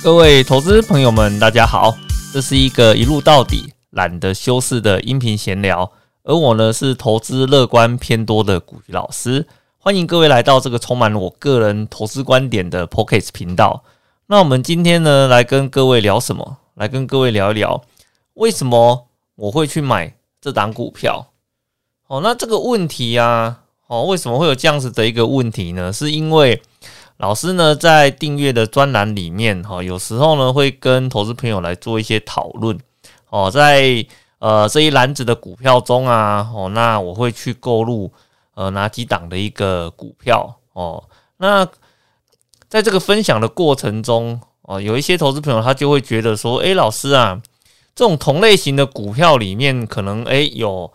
各位投资朋友们，大家好，这是一个一路到底、懒得修饰的音频闲聊，而我呢是投资乐观偏多的股鱼老师，欢迎各位来到这个充满我个人投资观点的 Podcast 频道。那我们今天呢来跟各位聊什么？来跟各位聊一聊为什么我会去买这档股票。那这个问题啊，为什么会有这样子的一个问题呢？是因为老师呢在订阅的专栏里面，有时候呢会跟投资朋友来做一些讨论。在这一篮子的股票中啊，那我会去购入哪几档的一个股票。那在这个分享的过程中，有一些投资朋友他就会觉得说，老师啊，这种同类型的股票里面可能有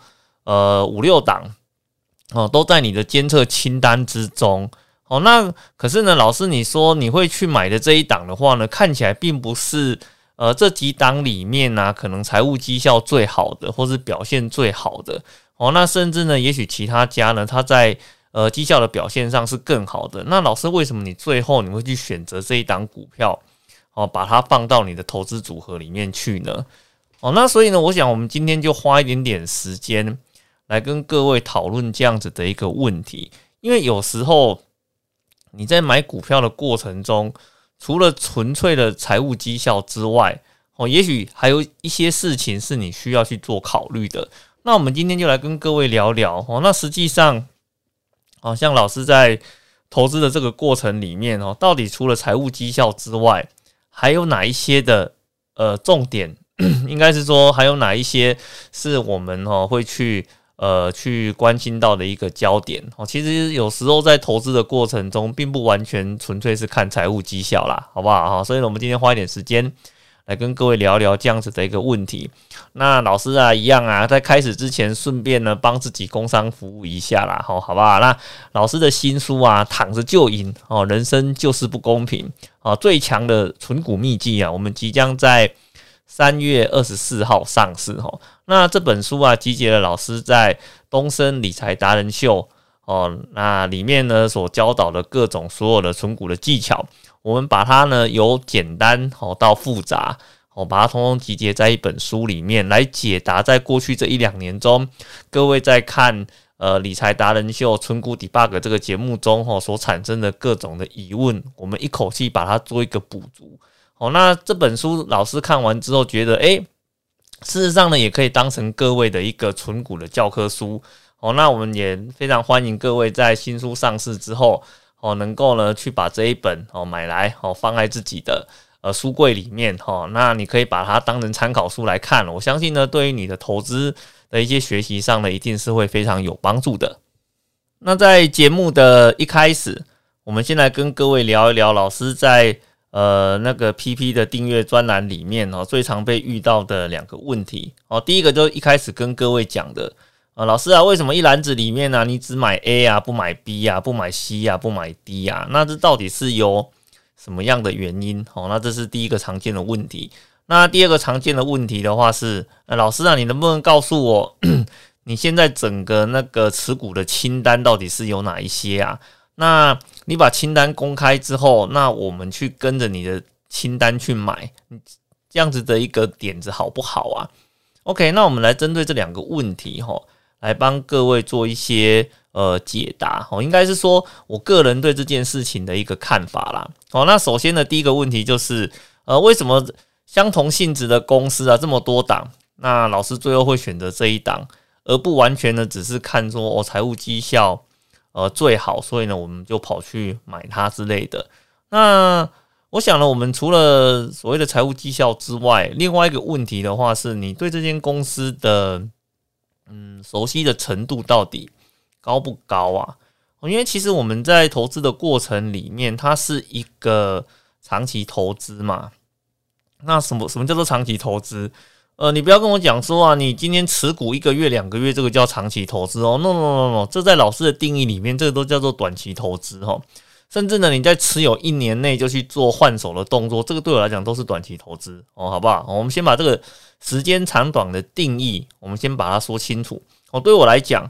5-6档都在你的监测清单之中。那可是呢，老师你说你会去买的这一档的话呢，看起来并不是这几档里面啊，可能财务绩效最好的，或是表现最好的。那甚至呢，也许其他家呢，它在绩效的表现上是更好的。那老师为什么你最后你会去选择这一档股票，把它放到你的投资组合里面去呢？那所以呢，我想我们今天就花一点点时间来跟各位讨论这样子的一个问题。因为有时候你在买股票的过程中，除了纯粹的财务绩效之外，也许还有一些事情是你需要去做考虑的。那我们今天就来跟各位聊聊。那实际上像老师在投资的这个过程里面，到底除了财务绩效之外，还有哪一些的重点应该是说还有哪一些是我们会去关心到的一个焦点。其实有时候在投资的过程中并不完全纯粹是看财务绩效啦，好不好？所以我们今天花一点时间来跟各位聊聊这样子的一个问题。那老师啊，一样啊，在开始之前顺便呢帮自己工商服务一下啦，好不好？那老师的新书啊，躺着就赢，人生就是不公平，最强的存股秘籍啊，我们即将在3月24号上市。那这本书啊，集结了老师在东森理财达人秀那里面呢所教导的各种所有的存股的技巧，我们把它呢由简单到复杂，把它通通集结在一本书里面，来解答在过去这1-2年中，各位在看理财达人秀存股 debug 这个节目中所产生的各种的疑问，我们一口气把它做一个补足。那这本书老师看完之后觉得事实上呢也可以当成各位的一个存股的教科书。那我们也非常欢迎各位在新书上市之后能够呢去把这一本买来放在自己的书柜里面那你可以把它当成参考书来看。我相信呢对于你的投资的一些学习上呢一定是会非常有帮助的。那在节目的一开始，我们先来跟各位聊一聊老师在那个 PP 的订阅专栏里面最常被遇到的2个问题。第一个就一开始跟各位讲的老师啊，为什么一篮子里面你只买 A 啊，不买 B 啊，不买 C 啊，不买 D 啊？那这到底是有什么样的原因？那这是第一个常见的问题。那第二个常见的问题的话是老师啊，你能不能告诉我你现在整个那个持股的清单到底是有哪一些啊？那你把清单公开之后，那我们去跟着你的清单去买，这样子的一个点子好不好啊？ OK， 那我们来针对这2个问题来帮各位做一些解答。应该是说我个人对这件事情的一个看法啦。那首先的第一个问题就是为什么相同性质的公司啊这么多档，那老师最后会选择这一档，而不完全呢只是看说财务绩效最好，所以呢我们就跑去买它之类的。那我想呢，我们除了所谓的财务绩效之外，另外一个问题的话是你对这间公司的熟悉的程度到底高不高啊？因为其实我们在投资的过程里面，它是一个长期投资嘛。那什么叫做长期投资？你不要跟我讲说啊，你今天持股1个月、2个月，这个叫长期投资哦。No， 这在老师的定义里面，这个都叫做短期投资甚至呢，你在持有1年内就去做换手的动作，这个对我来讲都是短期投资好不好？我们先把这个时间长短的定义，我们先把它说清楚对我来讲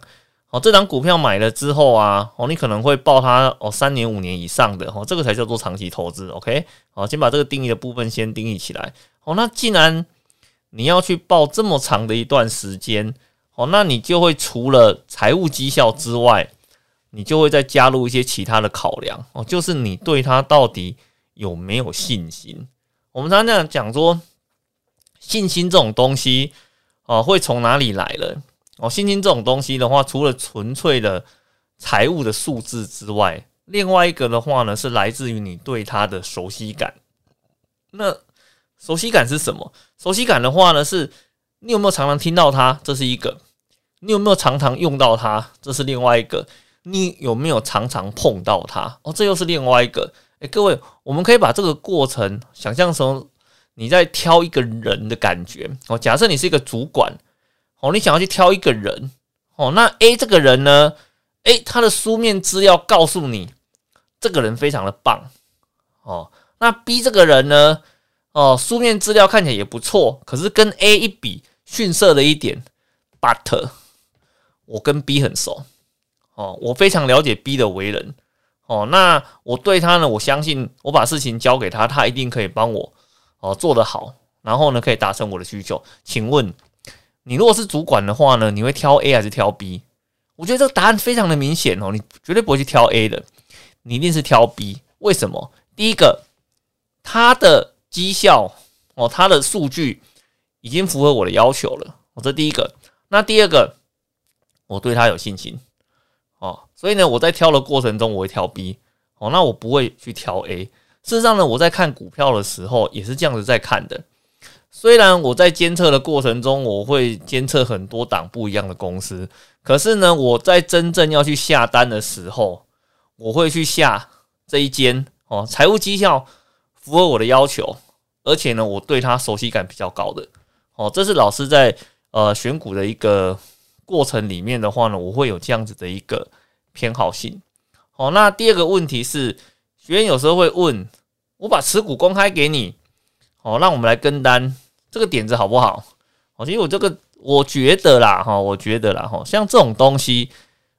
这档股票买了之后啊，你可能会抱它3年5年以上的，这个才叫做长期投资 ，OK？ 先把这个定义的部分先定义起来。那既然你要去抱这么长的一段时间，那你就会除了财务绩效之外，你就会再加入一些其他的考量，就是你对它到底有没有信心。我们常常讲说，信心这种东西会从哪里来的？信心这种东西的话，除了纯粹的财务的数字之外，另外一个的话呢，是来自于你对它的熟悉感。那熟悉感是什么？熟悉感的话呢，是你有没有常常听到它，这是一个；你有没有常常用到它，这是另外一个；你有没有常常碰到它，这又是另外一个。各位，我们可以把这个过程想象成你在挑一个人的感觉。假设你是一个主管，你想要去挑一个人，那 A 这个人呢，他的书面资料告诉你这个人非常的棒，那 B 这个人呢，书面资料看起来也不错，可是跟 A 一比逊色了一点 ，but 我跟 B 很熟，我非常了解 B 的为人，那我对他呢，我相信我把事情交给他，他一定可以帮我做得好，然后呢可以达成我的需求。请问你如果是主管的话呢，你会挑 A 还是挑 B？ 我觉得这个答案非常的明显你绝对不会去挑 A 的，你一定是挑 B。为什么？第一个，他的绩效他的数据已经符合我的要求了，这第一个。那第二个，我对他有信心所以呢，我在挑的过程中我会挑 B 那我不会去挑 A。事实上呢，我在看股票的时候也是这样子在看的。虽然我在监测的过程中，我会监测很多档不一样的公司，可是呢，我在真正要去下单的时候，我会去下这一间财务绩效符合我的要求，而且呢，我对它熟悉感比较高的这是老师在选股的一个过程里面的话呢，我会有这样子的一个偏好性。那第二个问题是，学员有时候会问我把持股公开给你让我们来跟单，这个点子好不好？其实我觉得啦，像这种东西，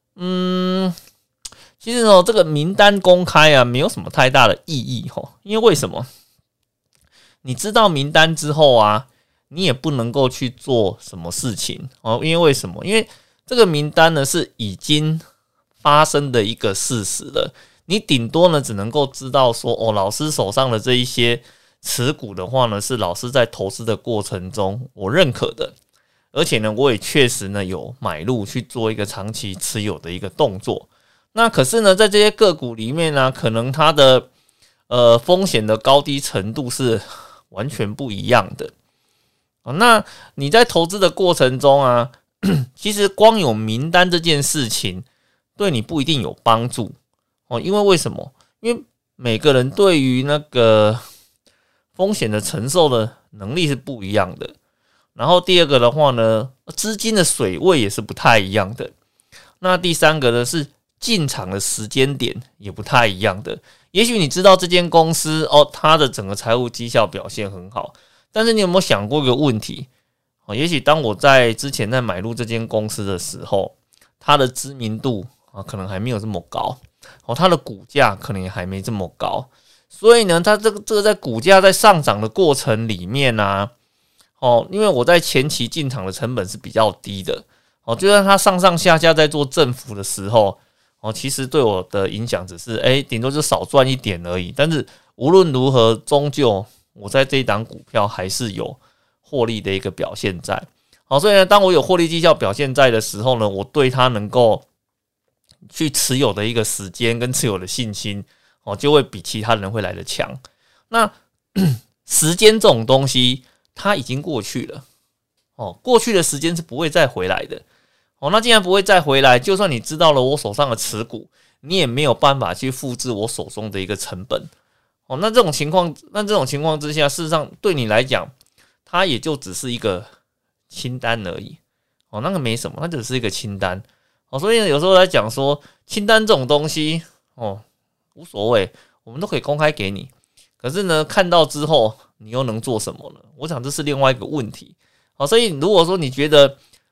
其实这个名单公开啊，没有什么太大的意义因为为什么？你知道名单之后啊，你也不能够去做什么事情因为为什么？因为这个名单呢是已经发生的一个事实了，你顶多呢只能够知道说老师手上的这一些持股的话呢，是老师在投资的过程中我认可的，而且呢，我也确实呢有买入去做一个长期持有的一个动作。那可是呢，在这些个股里面呢，可能它的风险的高低程度是完全不一样的。那你在投资的过程中啊，其实光有名单这件事情对你不一定有帮助因为为什么？因为每个人对于那个风险的承受的能力是不一样的。然后第二个的话呢，资金的水位也是不太一样的。那第三个呢，是进场的时间点也不太一样的。也许你知道这间公司它的整个财务绩效表现很好，但是你有没有想过一个问题？也许当我在之前在买入这间公司的时候，它的知名度可能还没有这么高它的股价可能也还没这么高。所以呢，它这个在股价在上涨的过程里面啊，因为我在前期进场的成本是比较低的，就算它上上下下在做振幅的时候，其实对我的影响只是顶多就少赚一点而已。但是无论如何，终究我在这一档股票还是有获利的一个表现在。所以呢，当我有获利绩效表现在的时候呢，我对它能够去持有的一个时间跟持有的信心就会比其他人会来得强。那时间这种东西它已经过去了过去的时间是不会再回来的那既然不会再回来，就算你知道了我手上的持股，你也没有办法去复制我手中的一个成本那这种情况之下，事实上对你来讲，它也就只是一个清单而已那个没什么，它只是一个清单所以有时候来讲说清单这种东西无所谓，我们都可以公开给你。可是呢，看到之后你又能做什么呢？我想这是另外一个问题所以如果说你觉得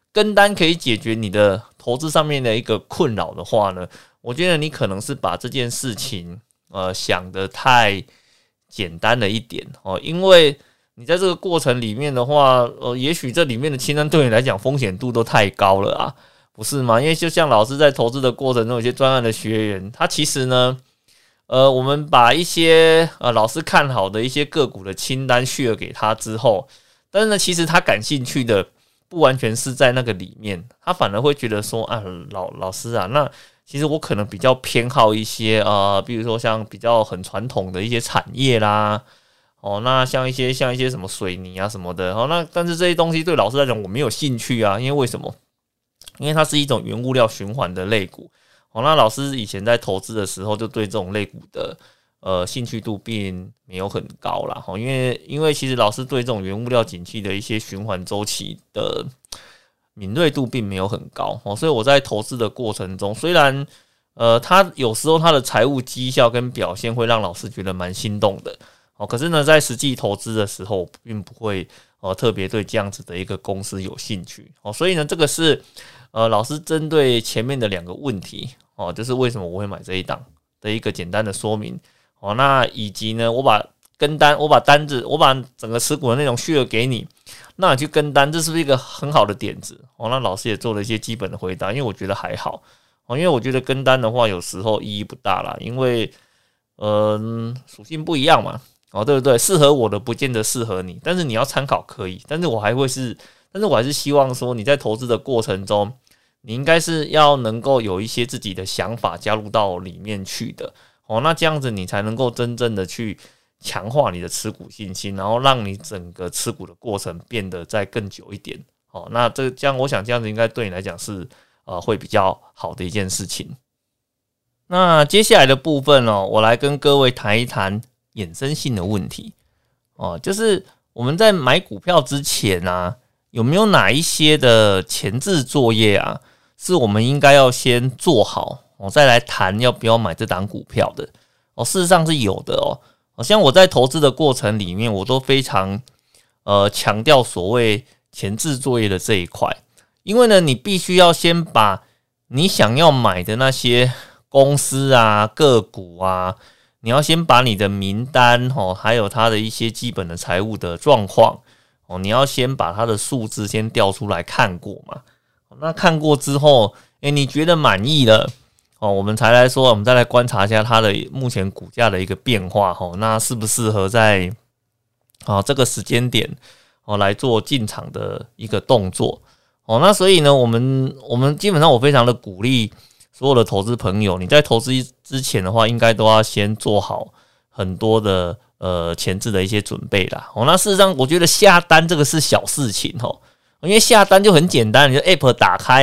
跟单可以解决你的投资上面的一个困扰的话呢，我觉得你可能是把这件事情想得太简单了一点因为你在这个过程里面的话，也许这里面的清单对你来讲风险度都太高了啊，不是吗？因为就像老师在投资的过程中，有些专案的学员，他其实呢，我们把一些老师看好的一些个股的清单share给他之后，但是呢，其实他感兴趣的不完全是在那个里面，他反而会觉得说啊，老师啊，那其实我可能比较偏好一些比如说像比较很传统的一些产业啦，那像一些什么水泥啊什么的，那但是这些东西对老师来讲我没有兴趣啊，因为为什么？因为它是一种原物料循环的类股。那老师以前在投资的时候，就对这种类股的兴趣度并没有很高啦。因为其实老师对这种原物料景气的一些循环周期的敏锐度并没有很高，所以我在投资的过程中，虽然他有时候他的财务绩效跟表现会让老师觉得蛮心动的，可是呢，在实际投资的时候，并不会特别对这样子的一个公司有兴趣。所以呢，这个是老师针对前面的2个问题就是为什么我会买这一档的一个简单的说明那以及呢，我把单子，我把整个持股的内容share给你，那你去跟单，这是不是一个很好的点子那老师也做了一些基本的回答，因为我觉得还好因为我觉得跟单的话有时候意义不大啦，因为属性不一样嘛对不对？适合我的不见得适合你，但是你要参考可以，但是我还是希望说你在投资的过程中，你应该是要能够有一些自己的想法加入到里面去的那这样子你才能够真正的去强化你的持股信心，然后让你整个持股的过程变得再更久一点那这样我想这样子应该对你来讲是会比较好的一件事情。那接下来的部分我来跟各位谈一谈衍生性的问题就是我们在买股票之前有没有哪一些的前置作业是我们应该要先做好再来谈要不要买这档股票的事实上是有的像我在投资的过程里面，我都非常强调所谓前置作业的这一块，因为呢，你必须要先把你想要买的那些公司个股你要先把你的名单还有它的一些基本的财务的状况你要先把它的数字先调出来看过嘛。那看过之后你觉得满意了我们才来说，我们再来观察一下它的目前股价的一个变化那适不适合在这个时间点来做进场的一个动作那所以呢，我们基本上我非常的鼓励所有的投资朋友，你在投资之前的话，应该都要先做好很多的前置的一些准备啦那事实上，我觉得下单这个是小事情因为下单就很简单，你的 App 打开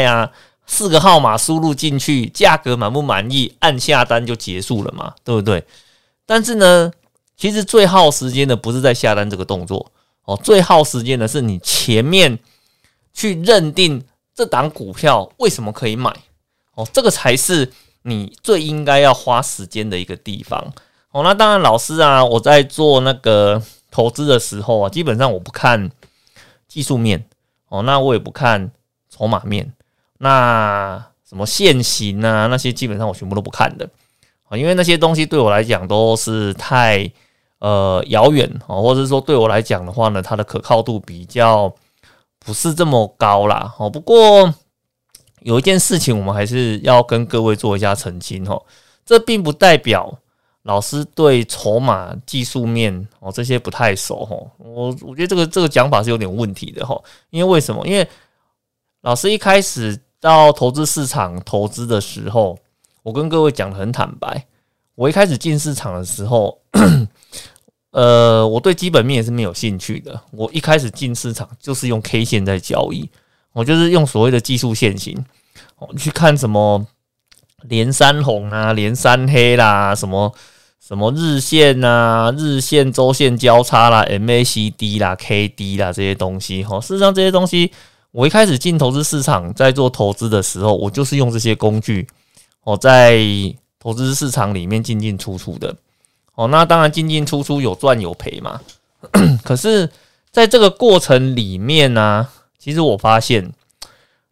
4个号码输入进去，价格满不满意，按下单就结束了嘛，对不对？但是呢，其实最耗时间的不是在下单这个动作最耗时间的是你前面去认定这档股票为什么可以买这个才是你最应该要花时间的一个地方那当然，老师我在做那个投资的时候基本上我不看技术面那我也不看筹码面。那什么现行那些基本上我全部都不看的因为那些东西对我来讲都是太遥远或者是说对我来讲的话呢，它的可靠度比较不是这么高啦不过有一件事情我们还是要跟各位做一下澄清这并不代表老师对筹码技术面这些不太熟我觉得这个讲法是有点问题的因为为什么？因为老师一开始到投资市场投资的时候，我跟各位讲得很坦白，我一开始进市场的时候我对基本面也是没有兴趣的。我一开始进市场就是用 K 线在交易，我就是用所谓的技术线型去看什么连三红连三黑啦，什么日线日线周线交叉啦 MACD 啦 KD 啦这些东西事实上这些东西我一开始进投资市场在做投资的时候，我就是用这些工具在投资市场里面进进出出的那当然进进出出有赚有赔嘛可是在这个过程里面其实我发现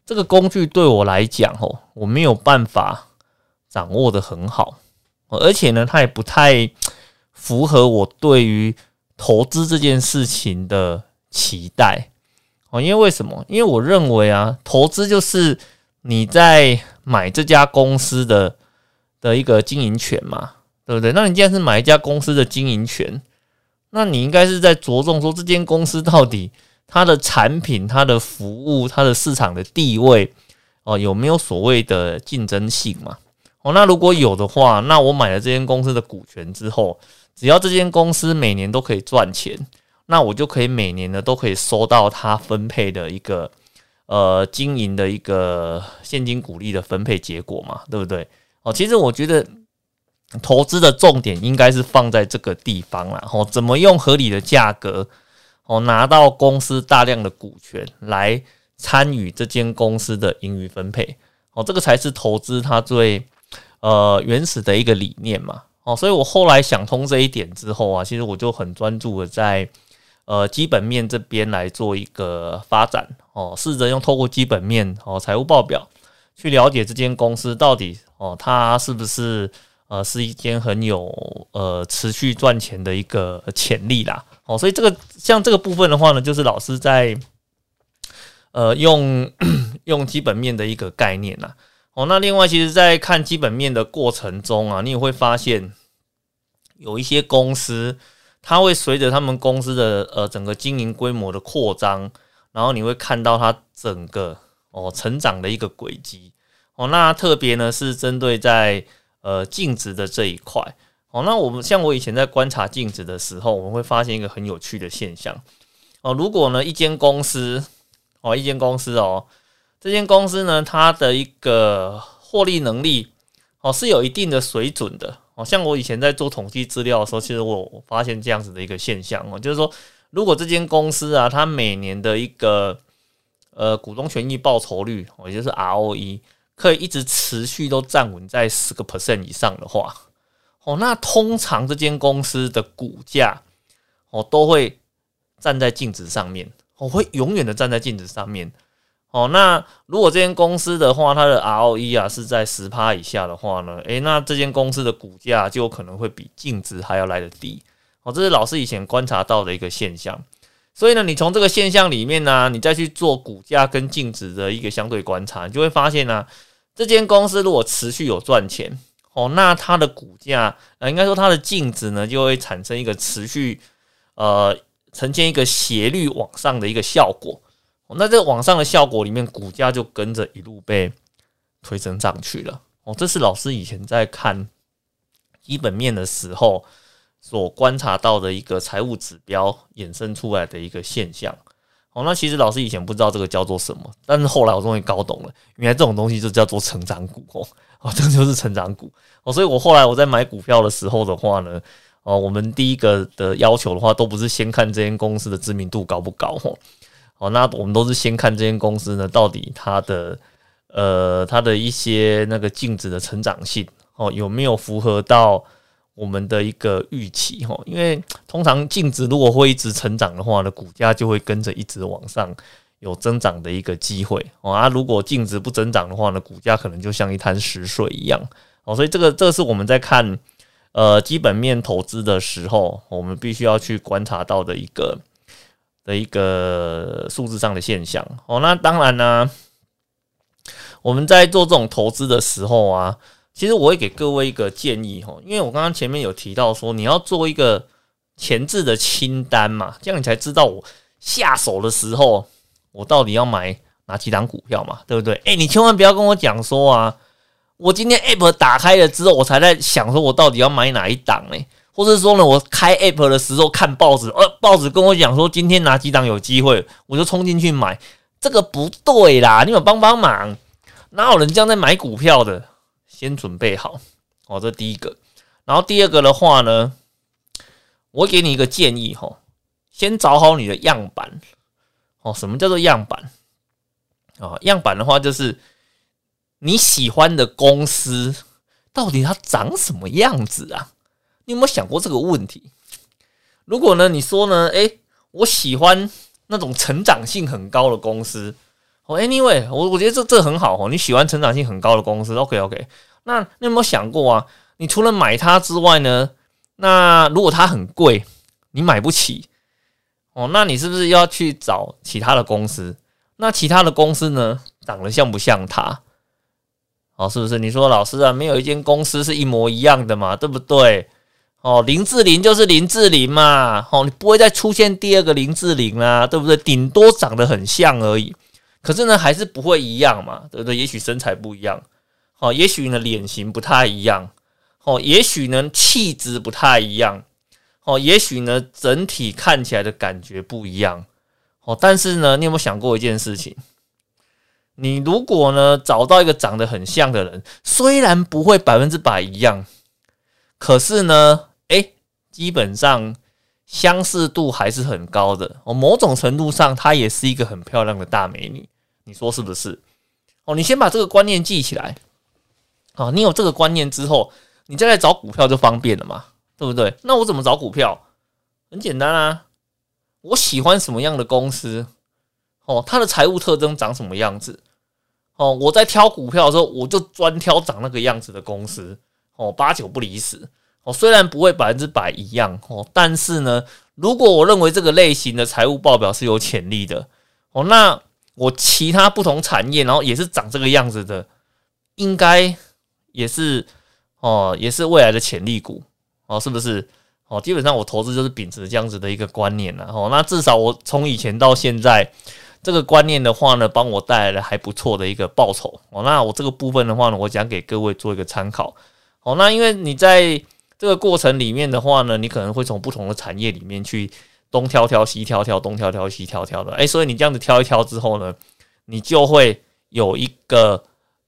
这个工具对我来讲我没有办法掌握得很好，而且呢，它也不太符合我对于投资这件事情的期待。因为为什么？因为我认为啊，投资就是你在买这家公司的一个经营权嘛，对不对？那你既然是买一家公司的经营权，那你应该是在着重说这间公司到底它的产品、它的服务、它的市场的地位有没有所谓的竞争性嘛？那如果有的话，那我买了这间公司的股权之后，只要这间公司每年都可以赚钱，那我就可以每年呢都可以收到它分配的一个经营的一个现金股利的分配结果嘛，对不对？其实我觉得投资的重点应该是放在这个地方啦，怎么用合理的价格拿到公司大量的股权来参与这间公司的盈余分配，这个才是投资它最原始的一个理念嘛。所以我后来想通这一点之后啊，其实我就很专注的在基本面这边来做一个发展试着用透过基本面财务报表去了解这间公司到底它是不是是一间很有持续赚钱的一个潜力啦。所以像这个部分的话呢，就是老师在用基本面的一个概念啦。那另外其实在看基本面的过程中啊，你也会发现有一些公司它会随着他们公司的整个经营规模的扩张，然后你会看到它整个成长的一个轨迹那特别呢是针对在净值的这一块那我以前在观察净值的时候，我们会发现一个很有趣的现象如果呢一间公司这间公司呢它的一个获利能力是有一定的水准的像我以前在做统计资料的时候，其实我发现这样子的一个现象就是说如果这间公司啊它每年的一个股东权益报酬率也就是 ROE 可以一直持续都站稳在 10% 以上的话那通常这间公司的股价都会站在净值上面会永远的站在净值上面那如果这间公司的话，它的 ROE 啊是在 10% 以下的话呢，那这间公司的股价就有可能会比净值还要来得低这是老师以前观察到的一个现象。所以呢，你从这个现象里面呢你再去做股价跟净值的一个相对观察，你就会发现这间公司如果持续有赚钱那它的股价应该说它的净值呢就会产生一个持续呈现一个斜率往上的一个效果那这个往上的效果里面，股价就跟着一路被推升上去了这是老师以前在看基本面的时候所观察到的一个财务指标衍生出来的一个现象那其实老师以前不知道这个叫做什么，但是后来我终于搞懂了，原来这种东西就叫做成长股这就是成长股所以我后来我在买股票的时候的话呢我们第一个的要求的话都不是先看这间公司的知名度高不高那我们都是先看这间公司呢到底它的一些那个净值的成长性有没有符合到我们的一个预期因为通常净值如果会一直成长的话呢，股价就会跟着一直往上有增长的一个机会如果净值不增长的话呢，股价可能就像一滩死水一样所以这个是我们在看基本面投资的时候，我们必须要去观察到的一个数字上的现象那当然呢我们在做这种投资的时候啊，其实我会给各位一个建议因为我刚刚前面有提到说你要做一个前置的清单嘛，这样你才知道我下手的时候我到底要买哪几档股票嘛，对不对？你千万不要跟我讲说啊，我今天 App 打开了之后，我才在想说我到底要买哪一档或者说呢，我开 App 的时候看报纸，报纸跟我讲说今天哪几档有机会，我就冲进去买，这个不对啦，你们帮忙，哪有人这样在买股票的？先准备好这第一个。然后第二个的话呢，我给你一个建议先找好你的样板什么叫做样板样板的话就是你喜欢的公司到底它长什么样子啊？你有没有想过这个问题？如果呢你说呢我喜欢那种成长性很高的公司 Anyway， 我觉得这很好哦。你喜欢成长性很高的公司 ，OK。那你有没有想过啊？你除了买它之外呢？那如果它很贵，你买不起那你是不是要去找其他的公司？那其他的公司呢，长得像不像它？是不是？你说老师啊，没有一间公司是一模一样的嘛，对不对？林志玲就是林志玲嘛，你不会再出现第二个林志玲啦，对不对？顶多长得很像而已。可是呢，还是不会一样嘛，对不对？也许身材不一样，也许呢脸型不太一样，也许呢气质不太一样，也许呢整体看起来的感觉不一样，但是呢，你有没有想过一件事情？你如果呢找到一个长得很像的人，虽然不会100%一样，可是呢，基本上相似度还是很高的，某种程度上，她也是一个很漂亮的大美女。你说是不是？你先把这个观念记起来。你有这个观念之后，你再来找股票就方便了嘛，对不对？那我怎么找股票？很简单啊，我喜欢什么样的公司，它的财务特征长什么样子，我在挑股票的时候，我就专挑长那个样子的公司，8-9不离十。虽然不会100%一样，但是呢，如果我认为这个类型的财务报表是有潜力的，那我其他不同产业，然后也是长这个样子的，应该也是未来的潜力股，是不是？基本上我投资就是秉持这样子的一个观念啦，那至少我从以前到现在，这个观念的话呢，帮我带来了还不错的一个报酬。那我这个部分的话呢，我讲给各位做一个参考。那因为你在这个过程里面的话呢，你可能会从不同的产业里面去东挑挑西挑挑，东挑挑西挑挑的，所以你这样子挑一挑之后呢，你就会有一个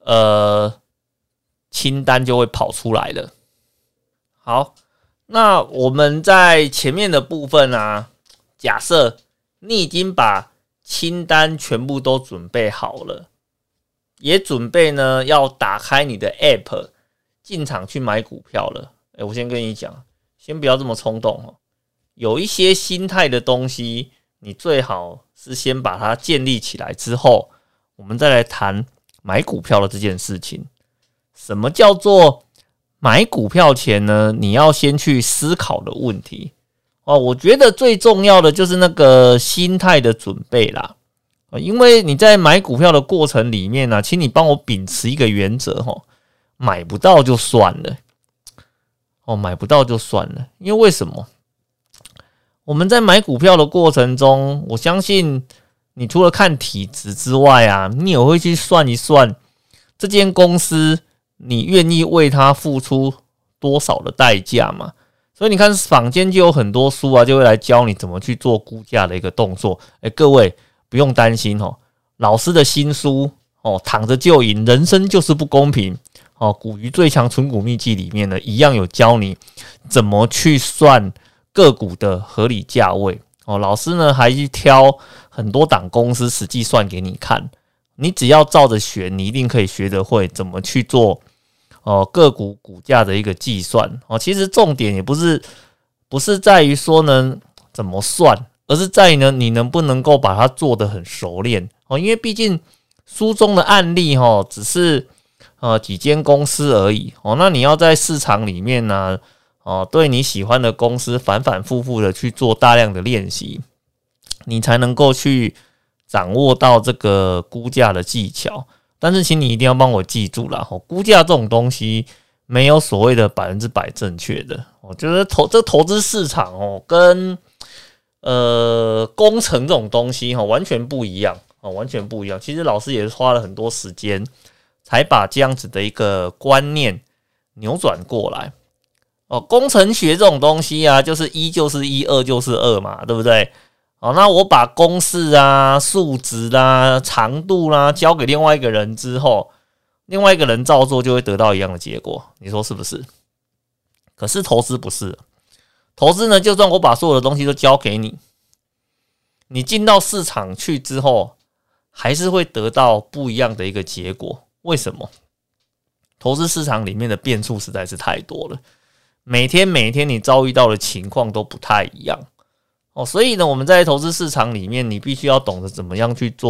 清单就会跑出来了。好，那我们在前面的部分啊，假设你已经把清单全部都准备好了，也准备呢要打开你的 App 进场去买股票了。我先跟你讲，先不要这么冲动有一些心态的东西，你最好是先把它建立起来之后，我们再来谈买股票的这件事情。什么叫做买股票前呢？你要先去思考的问题我觉得最重要的就是那个心态的准备啦。因为你在买股票的过程里面呢，请你帮我秉持一个原则买不到就算了。买不到就算了，因为为什么？我们在买股票的过程中，我相信你除了看体质之外啊，你也会去算一算这间公司你愿意为它付出多少的代价嘛。所以你看坊间就有很多书啊，就会来教你怎么去做估价的一个动作。各位不用担心老师的新书躺着就赢，人生就是不公平股鱼最强存股秘籍里面呢，一样有教你怎么去算个股的合理价位老师呢还去挑很多档公司实际算给你看，你只要照着学，你一定可以学得会怎么去做个股股价的一个计算其实重点也不是在于说呢怎么算，而是在于呢你能不能够把它做得很熟练因为毕竟书中的案例只是几间公司而已那你要在市场里面呢对你喜欢的公司反反复复的去做大量的练习，你才能够去掌握到这个估价的技巧。但是请你一定要帮我记住啦估价这种东西没有所谓的100%正确的我觉得这投资市场跟工程这种东西完全不一样完全不一样。其实老师也花了很多时间才把这样子的一个观念扭转过来工程学这种东西啊，就是1就是1，2就是2嘛，对不对？那我把公式啊、数值啊、长度啦交给另外一个人之后，另外一个人照做就会得到一样的结果，你说是不是？可是投资不是，投资呢，就算我把所有的东西都交给你，你进到市场去之后，还是会得到不一样的一个结果。为什么？投资市场里面的变数实在是太多了，每天你遭遇到的情况都不太一样所以呢，我们在投资市场里面，你必须要懂得怎么样去做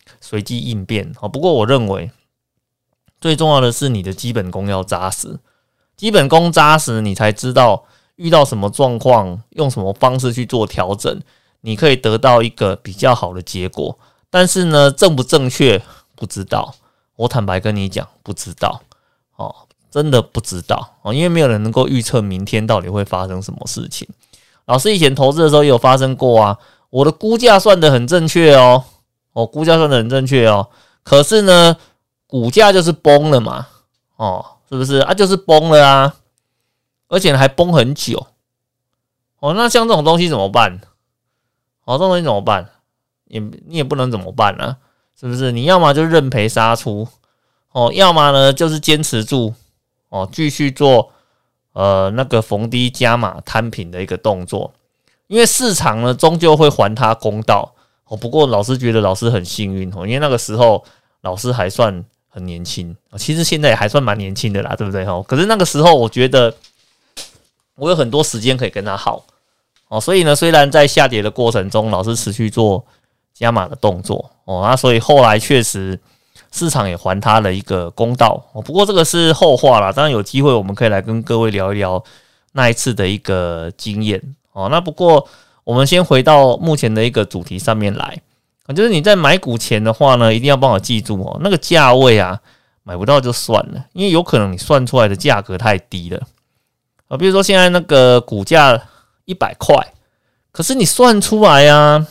随机应变。不过我认为最重要的是你的基本功要扎实，基本功扎实，你才知道遇到什么状况，用什么方式去做调整，你可以得到一个比较好的结果。但是呢，正不正确不知道，我坦白跟你讲，不知道真的不知道因为没有人能够预测明天到底会发生什么事情。老师以前投资的时候也有发生过啊，我的估价算得很正确估价算得很正确可是呢，股价就是崩了嘛是不是啊？就是崩了啊，而且还崩很久那像这种东西怎么办？这种东西怎么办？你也不能怎么办啊，是不是？你要么就认赔杀出要么呢就是坚持住继续做那个逢低加码摊平的一个动作，因为市场呢终究会还他公道不过老师觉得老师很幸运因为那个时候老师还算很年轻，其实现在也还算蛮年轻的啦，对不对可是那个时候我觉得我有很多时间可以跟他耗所以呢，虽然在下跌的过程中，老师持续做加码的动作那所以后来确实市场也还他了一个公道不过这个是后话啦，当然有机会我们可以来跟各位聊一聊那一次的一个经验那不过我们先回到目前的一个主题上面来就是你在买股前的话呢，一定要帮我记住那个价位啊，买不到就算了，因为有可能你算出来的价格太低了比如说现在那个股价100块，可是你算出来啊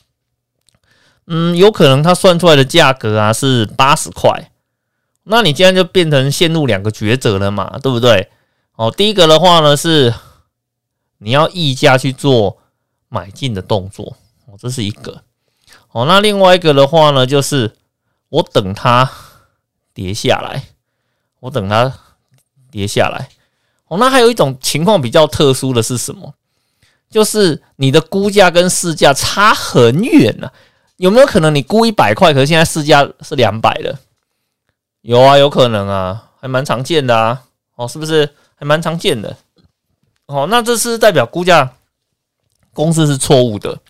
有可能他算出来的价格啊是80块，那你今天就变成陷入两个抉择了嘛，对不对第一个的话呢是你要溢价去做买进的动作这是一个那另外一个的话呢就是我等它跌下来那还有一种情况比较特殊的是什么？就是你的估价跟市价差很远啊，有没有可能你估100块，可是现在市价是200了？有啊，有可能啊，还蛮常见的啊是不是？还蛮常见的那这是代表估价公式是错误的？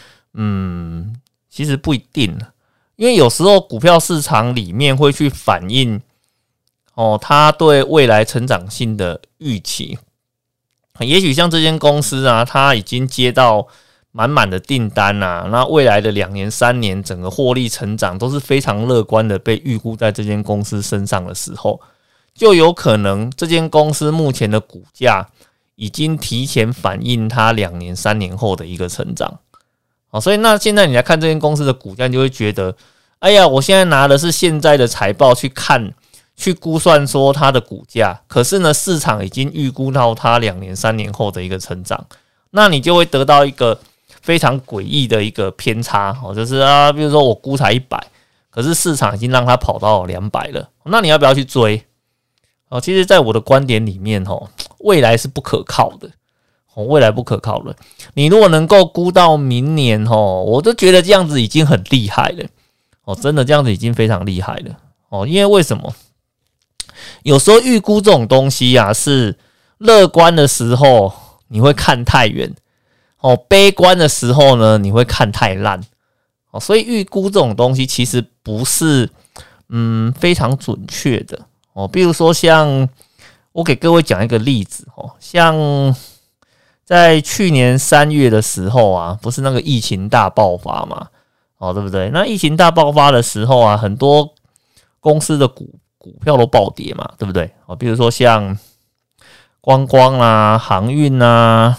其实不一定，因为有时候股票市场里面会去反映它对未来成长性的预期。也许像这间公司啊，它已经接到满满的订单啊，那未来的2年3年整个获利成长都是非常乐观的被预估在这间公司身上的时候，就有可能这间公司目前的股价已经提前反映它2年3年后的一个成长所以那现在你来看这间公司的股价，你就会觉得哎呀，我现在拿的是现在的财报去看去估算说它的股价，可是呢市场已经预估到它2年3年后的一个成长，那你就会得到一个非常诡异的一个偏差就是比如说我估才100，可是市场已经让它跑到200了，那你要不要去追其实在我的观点里面未来是不可靠的未来不可靠的。你如果能够估到明年我都觉得这样子已经很厉害了真的这样子已经非常厉害了因为为什么？有时候预估这种东西啊，是乐观的时候你会看太远悲观的时候呢你会看太烂所以预估这种东西其实不是非常准确的比如说像我给各位讲一个例子像在去年3月的时候啊，不是那个疫情大爆发嘛对不对？那疫情大爆发的时候啊，很多公司的股票都暴跌嘛，对不对比如说像观光啦、航运啦、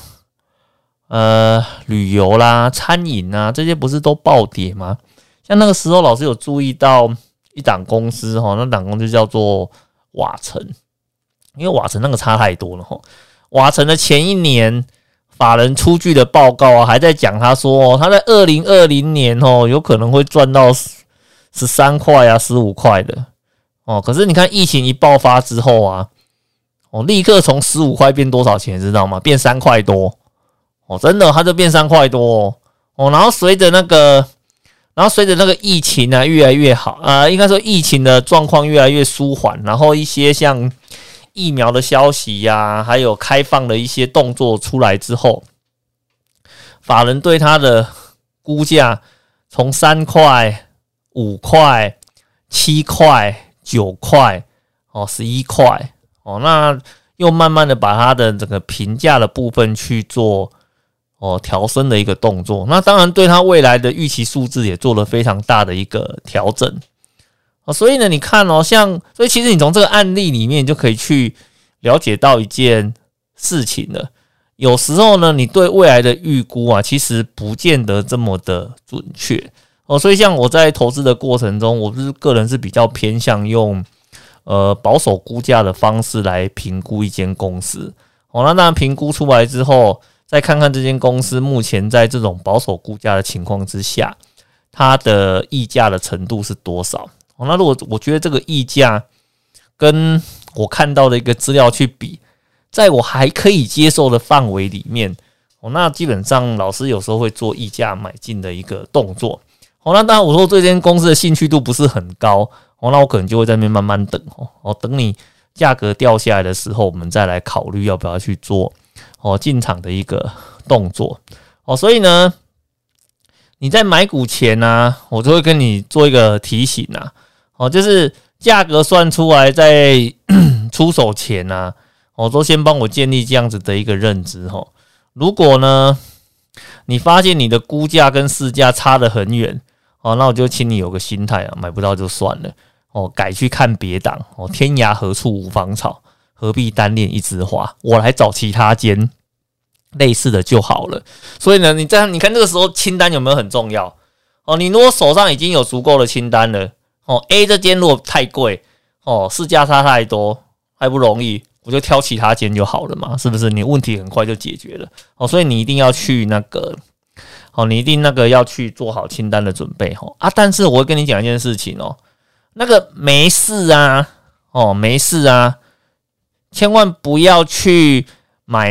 旅游啦、餐饮啊，这些不是都暴跌吗？像那个时候老师有注意到一档公司那档公司叫做瓦城，因为瓦城那个差太多了瓦城的前一年法人出具的报告啊，还在讲他说他在2020年有可能会赚到13块啊15块的可是你看疫情一爆发之后啊立刻从15块变多少钱知道吗？变3块多真的他就变3块多然后随着那个疫情啊越来越好应该说疫情的状况越来越舒缓，然后一些像疫苗的消息啊，还有开放的一些动作出来之后，法人对它的估价从3块 5块、7块、9块、11块，那又慢慢的把它的整个评价的部分去做调升的一个动作。那当然对它未来的预期数字也做了非常大的一个调整。所以呢，你看所以其实你从这个案例里面就可以去了解到一件事情了。有时候呢，你对未来的预估啊，其实不见得这么的准确所以像我在投资的过程中，我个人是比较偏向用保守估价的方式来评估一间公司。那当然评估出来之后，再看看这间公司目前在这种保守估价的情况之下，它的溢价的程度是多少。那如果我觉得这个溢价跟我看到的一个资料去比，在我还可以接受的范围里面，那基本上老师有时候会做溢价买进的一个动作。那当然我说对这间公司的兴趣度不是很高，那我可能就会在那边慢慢等等你价格掉下来的时候，我们再来考虑要不要去做进场的一个动作。所以呢，你在买股前啊，我就会跟你做一个提醒啊，就是价格算出来在出手前啊，都先帮我建立这样子的一个认知。如果呢，你发现你的估价跟市价差得很远，那我就请你有个心态啊，买不到就算了，改去看别档，天涯何处无芳草，何必单恋一枝花，我来找其他间类似的就好了。所以呢，你看这个时候清单有没有很重要？你如果手上已经有足够的清单了，A 这间如果太贵，市价差太多，还不容易，我就挑其他间就好了嘛，是不是？你问题很快就解决了所以你一定要去你一定要去做好清单的准备但是我会跟你讲一件事情那个没事啊，没事啊，千万不要去买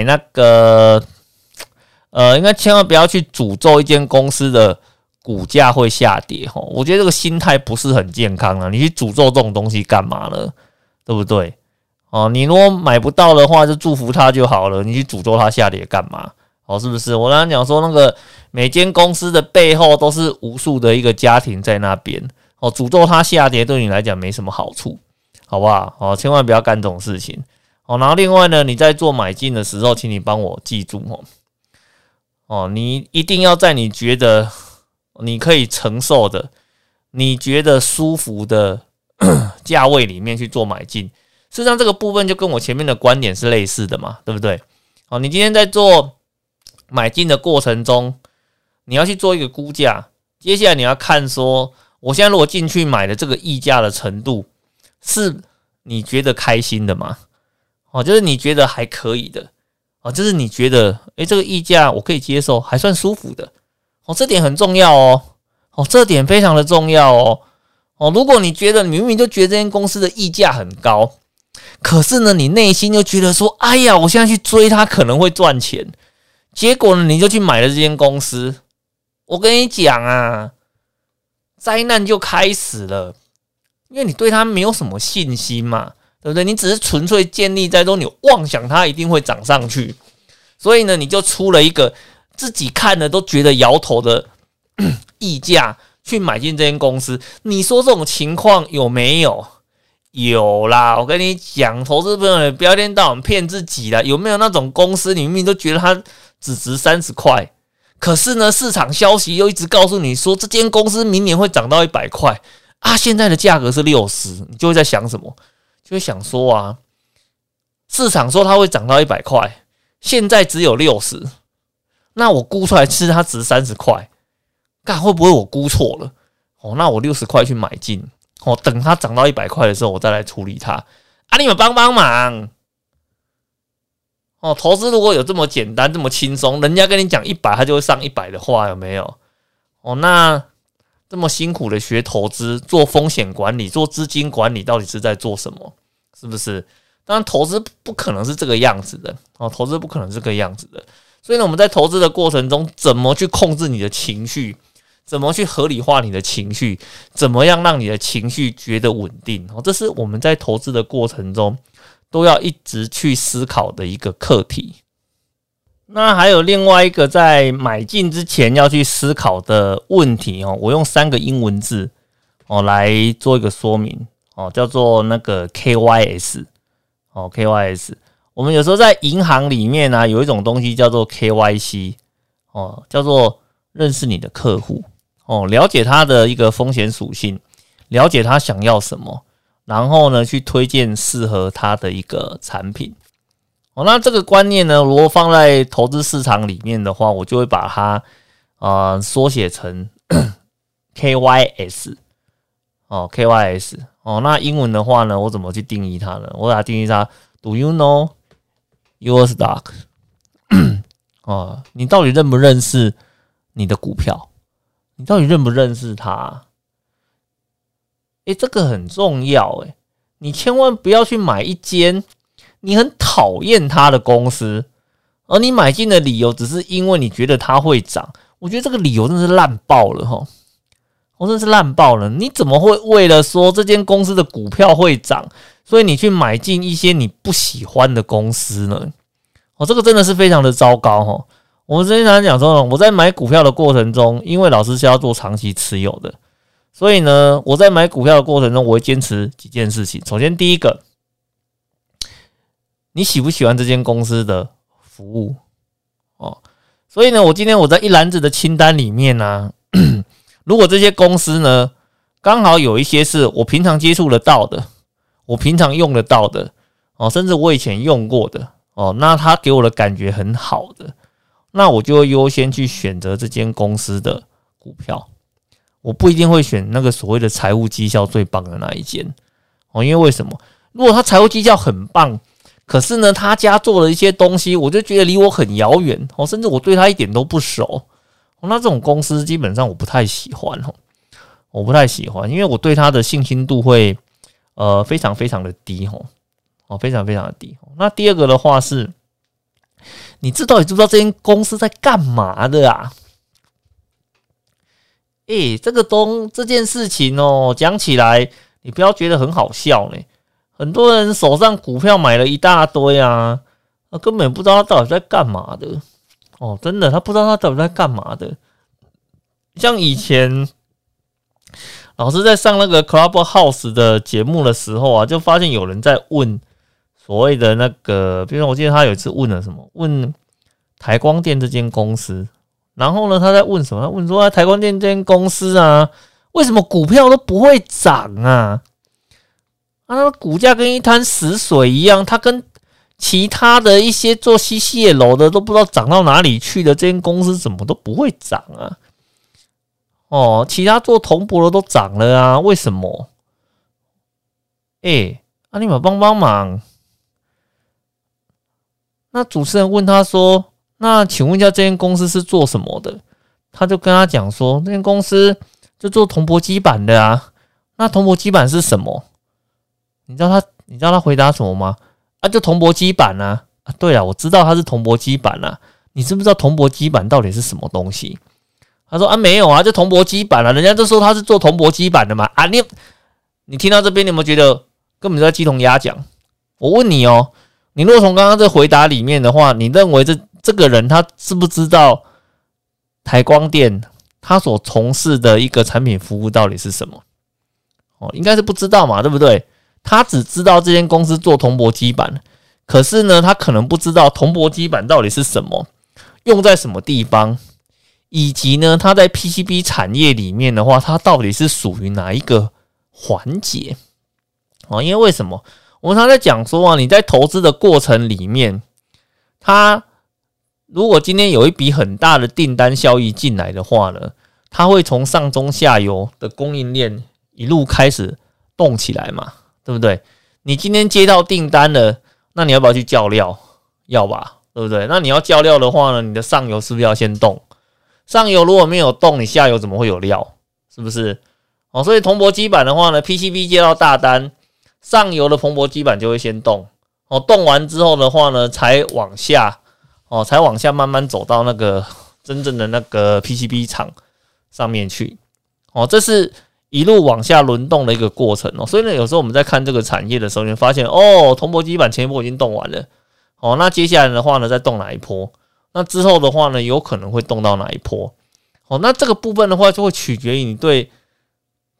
应该千万不要去诅咒一间公司的股价会下跌我觉得这个心态不是很健康啊，你去诅咒这种东西干嘛呢？对不对？你如果买不到的话，就祝福它就好了，你去诅咒它下跌干嘛？是不是？我刚刚讲说每间公司的背后都是无数的一个家庭在那边诅咒它下跌对你来讲没什么好处，好不好？千万不要干这种事情然后另外呢，你在做买进的时候，请你帮我记住你一定要在你觉得你可以承受的、你觉得舒服的价位里面去做买进。事实上，这个部分就跟我前面的观点是类似的嘛，对不对？你今天在做买进的过程中，你要去做一个估价，接下来你要看说，我现在如果进去买的这个溢价的程度，是你觉得开心的吗？就是你觉得还可以的就是你觉得这个溢价我可以接受，还算舒服的这点很重要这点非常的重要如果你觉得你明明就觉得这间公司的溢价很高，可是呢你内心就觉得说，哎呀，我现在去追它可能会赚钱，结果呢你就去买了这间公司，我跟你讲啊，灾难就开始了，因为你对它没有什么信心嘛，对不对？你只是纯粹建立在说你妄想它一定会涨上去，所以呢你就出了一个自己看了都觉得摇头的溢价去买进这间公司。你说这种情况有没有？有啦，我跟你讲，投资朋友也不要一天到晚骗自己啦。有没有那种公司你明明都觉得它只值30块，可是呢市场消息又一直告诉你说这间公司明年会涨到100块啊，现在的价格是60，你就会在想什么？就会想说啊，市场说它会涨到100块，现在只有60，那我估出来是它值30块，干会不会我估错了？那我60块去买进。等它涨到100块的时候，我再来处理它。啊，你们帮忙！投资如果有这么简单、这么轻松，人家跟你讲100，他就会上100的话，有没有？那这么辛苦的学投资、做风险管理、做资金管理，到底是在做什么？是不是？当然，投资不可能是这个样子的投资不可能是这个样子的。所以呢，我们在投资的过程中，怎么去控制你的情绪？怎么去合理化你的情绪？怎么样让你的情绪觉得稳定？这是我们在投资的过程中都要一直去思考的一个课题。那还有另外一个在买进之前要去思考的问题我用3个英文字来做一个说明叫做那个 KYS KYS。我们有时候在银行里面呢，有一种东西叫做 KYC 叫做认识你的客户了解他的一个风险属性，了解他想要什么，然后呢去推荐适合他的一个产品那这个观念呢，如果放在投资市场里面的话，我就会把它缩写成KYS KYS 那英文的话呢，我怎么去定义它呢？我把它定义它 Do you know your stock 你到底认不认识你的股票？你到底认不认识它？这个很重要你千万不要去买一间你很讨厌它的公司，而你买进的理由只是因为你觉得它会涨。我觉得这个理由真的是烂爆了真的是烂爆了。你怎么会为了说这间公司的股票会涨，所以你去买进一些你不喜欢的公司呢？这个真的是非常的糟糕我们之前常讲说，我在买股票的过程中，因为老师是要做长期持有的，所以呢，我在买股票的过程中，我会坚持几件事情。首先，第一个，你喜不喜欢这间公司的服务所以呢，我今天我在一篮子的清单里面呢如果这些公司呢，刚好有一些是我平常接触得到的，我平常用得到的甚至我以前用过的那它给我的感觉很好的，那我就会优先去选择这间公司的股票。我不一定会选那个所谓的财务绩效最棒的那一间因为为什么？如果它财务绩效很棒，可是呢，他家做了一些东西，我就觉得离我很遥远甚至我对他一点都不熟那这种公司基本上我不太喜欢我不太喜欢，因为我对他的信心度会非常非常的低非常非常的低那第二个的话是，你到底知不知道这间公司在干嘛的啊？这件事情讲起来你不要觉得很好笑呢。很多人手上股票买了一大堆根本不知道他到底在干嘛的真的他不知道他到底在干嘛的。像以前老师在上那个 Clubhouse 的节目的时候就发现有人在问所谓的那个，比如说我记得他有一次问了什么，问台光电这间公司，然后呢他在问什么？他问说台光电这间公司为什么股票都不会涨它股价跟一滩死水一样，它跟其他的一些做机械楼的都不知道涨到哪里去的这间公司怎么都不会涨其他做铜箔的都涨了为什么？你们帮帮忙。那主持人问他说，那请问一下这间公司是做什么的？他就跟他讲说，这间公司就做铜箔基板的那铜箔基板是什么？你知道他回答什么吗？就铜箔基板对我知道它是铜箔基板你知不知道铜箔基板到底是什么东西？他说没有就铜箔基板人家就说他是做铜箔基板的嘛你听到这边你有没有觉得根本就在鸡同鸭讲？我问你你如果从刚刚这回答里面的话，你认为这个人他知不知道台光电他所从事的一个产品服务到底是什么？应该是不知道嘛，对不对？他只知道这间公司做铜箔基板，可是呢，他可能不知道铜箔基板到底是什么，用在什么地方，以及呢，他在 PCB 产业里面的话，它到底是属于哪一个环节？因为为什么？我们常在讲说你在投资的过程里面，他如果今天有一笔很大的订单效益进来的话呢，它会从上中下游的供应链一路开始动起来嘛，对不对？你今天接到订单了，那你要不要去叫料？要吧，对不对？那你要叫料的话呢，你的上游是不是要先动？上游如果没有动，你下游怎么会有料？是不是？所以铜箔基板的话呢 ，PCB 接到大单，上游的铜箔基板就会先动。动完之后的话呢，才往下慢慢走到那个真正的那个 PCB 厂上面去。这是一路往下轮动的一个过程。所以呢，有时候我们在看这个产业的时候，你会发现铜箔基板前一波已经动完了。那接下来的话呢，再动哪一波？那之后的话呢，有可能会动到哪一波？那这个部分的话，就会取决于你对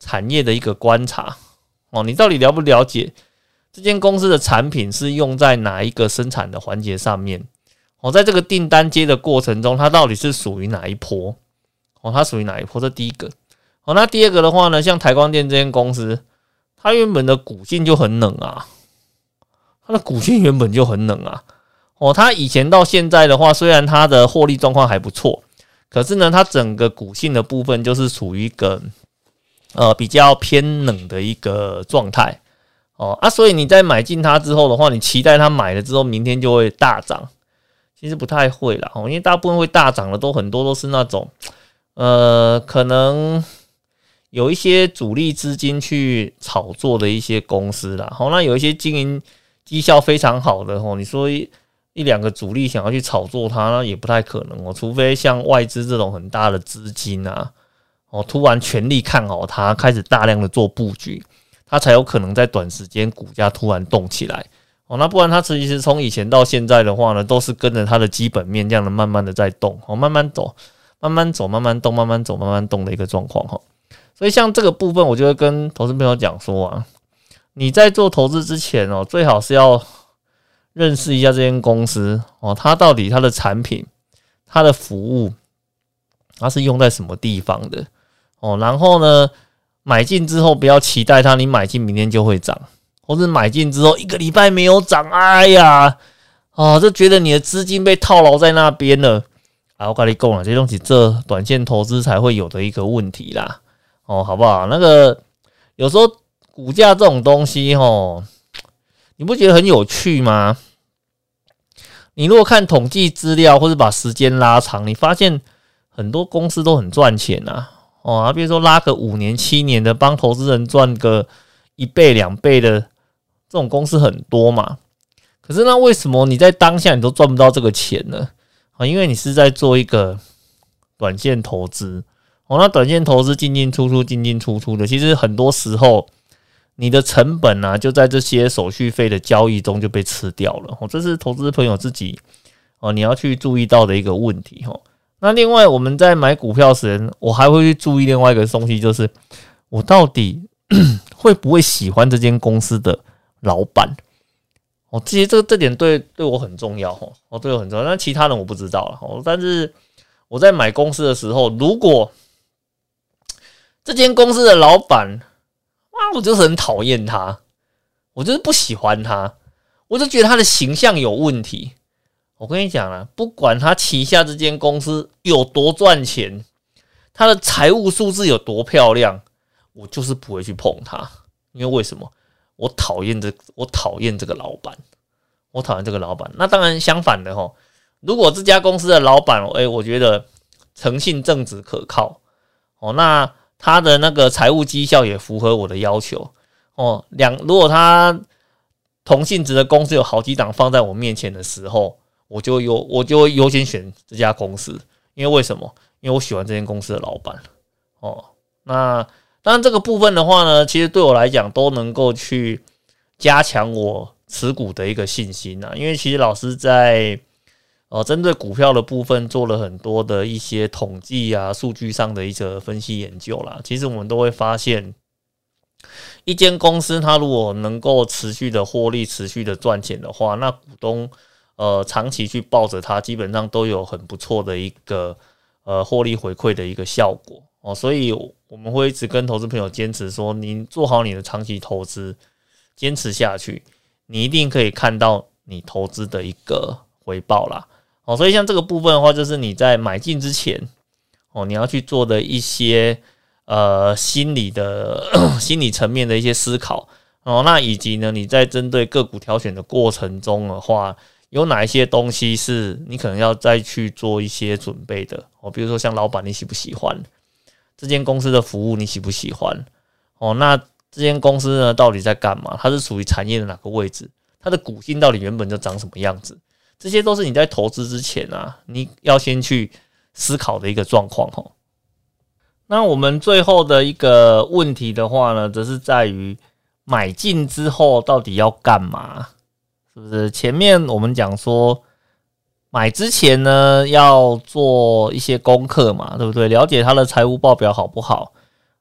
产业的一个观察你到底了不了解这间公司的产品是用在哪一个生产的环节上面在这个订单接的过程中，它到底是属于哪一波它属于哪一波？这第一个那第二个的话呢，像台光电这间公司，它原本的股性就很冷啊，它的股性原本就很冷啊它以前到现在的话，虽然它的获利状况还不错，可是呢，它整个股性的部分就是处于一个比较偏冷的一个状态所以你在买进它之后的话，你期待它买了之后明天就会大涨，其实不太会啦因为大部分会大涨的很多都是那种可能有一些主力资金去炒作的一些公司啦那有一些经营绩效非常好的你说一两个主力想要去炒作它，那也不太可能除非像外资这种很大的资金啊突然全力看好它，开始大量的做布局，它才有可能在短时间股价突然动起来那不然它其实从以前到现在的话呢，都是跟着它的基本面这样的慢慢的在动慢慢走，慢慢走，慢慢动，慢慢走，慢慢动的一个状况所以像这个部分，我就会跟投资朋友讲说你在做投资之前最好是要认识一下这间公司它到底它的产品、它的服务，它是用在什么地方的然后呢，买进之后不要期待它，你买进明天就会涨，或是买进之后1个礼拜没有涨，哎呀，就觉得你的资金被套牢在那边了我跟你讲了，这东西这短线投资才会有的一个问题啦好不好？那个有时候股价这种东西你不觉得很有趣吗？你如果看统计资料，或是把时间拉长，你发现很多公司都很赚钱比如说拉个5年、7年的，帮投资人赚个1倍、2倍的这种公司很多嘛。可是那为什么你在当下你都赚不到这个钱呢？因为你是在做一个短线投资那短线投资进进出出、进进出出的，其实很多时候你的成本就在这些手续费的交易中就被吃掉了这是投资朋友自己你要去注意到的一个问题那另外我们在买股票时，我还会去注意另外一个东西，就是我到底会不会喜欢这间公司的老板其实这点对我很重要对我很重要，但其他人我不知道了但是我在买公司的时候，如果这间公司的老板我就是很讨厌他，我就是不喜欢他，我就觉得他的形象有问题。我跟你讲啦，不管他旗下这间公司有多赚钱，他的财务数字有多漂亮，我就是不会去碰他。因为为什么？我讨厌这个老板，我讨厌这个老板。那当然相反的如果这家公司的老板我觉得诚信正直可靠那他的那个财务绩效也符合我的要求如果他同性质的公司有好几档放在我面前的时候，我就会优先选这家公司。因为为什么？因为我喜欢这间公司的老板那当然这个部分的话呢，其实对我来讲都能够去加强我持股的一个信心因为其实老师在针对股票的部分做了很多的一些统计数据上的一个分析研究啦。其实我们都会发现，一间公司它如果能够持续的获利、持续的赚钱的话，那股东长期去抱着它，基本上都有很不错的一个获利回馈的一个效果所以我们会一直跟投资朋友坚持说，你做好你的长期投资，坚持下去，你一定可以看到你投资的一个回报啦所以像这个部分的话，就是你在买进之前你要去做的一些心理层面的一些思考那以及呢，你在针对个股挑选的过程中的话，有哪一些东西是你可能要再去做一些准备的比如说像老板你喜不喜欢这间公司的服务，你喜不喜欢那这间公司呢到底在干嘛？它是属于产业的哪个位置？它的股性到底原本就长什么样子？这些都是你在投资之前你要先去思考的一个状况那我们最后的一个问题的话呢，则是在于买进之后到底要干嘛？是不是？前面我们讲说，买之前呢要做一些功课嘛，对不对？了解它的财务报表好不好？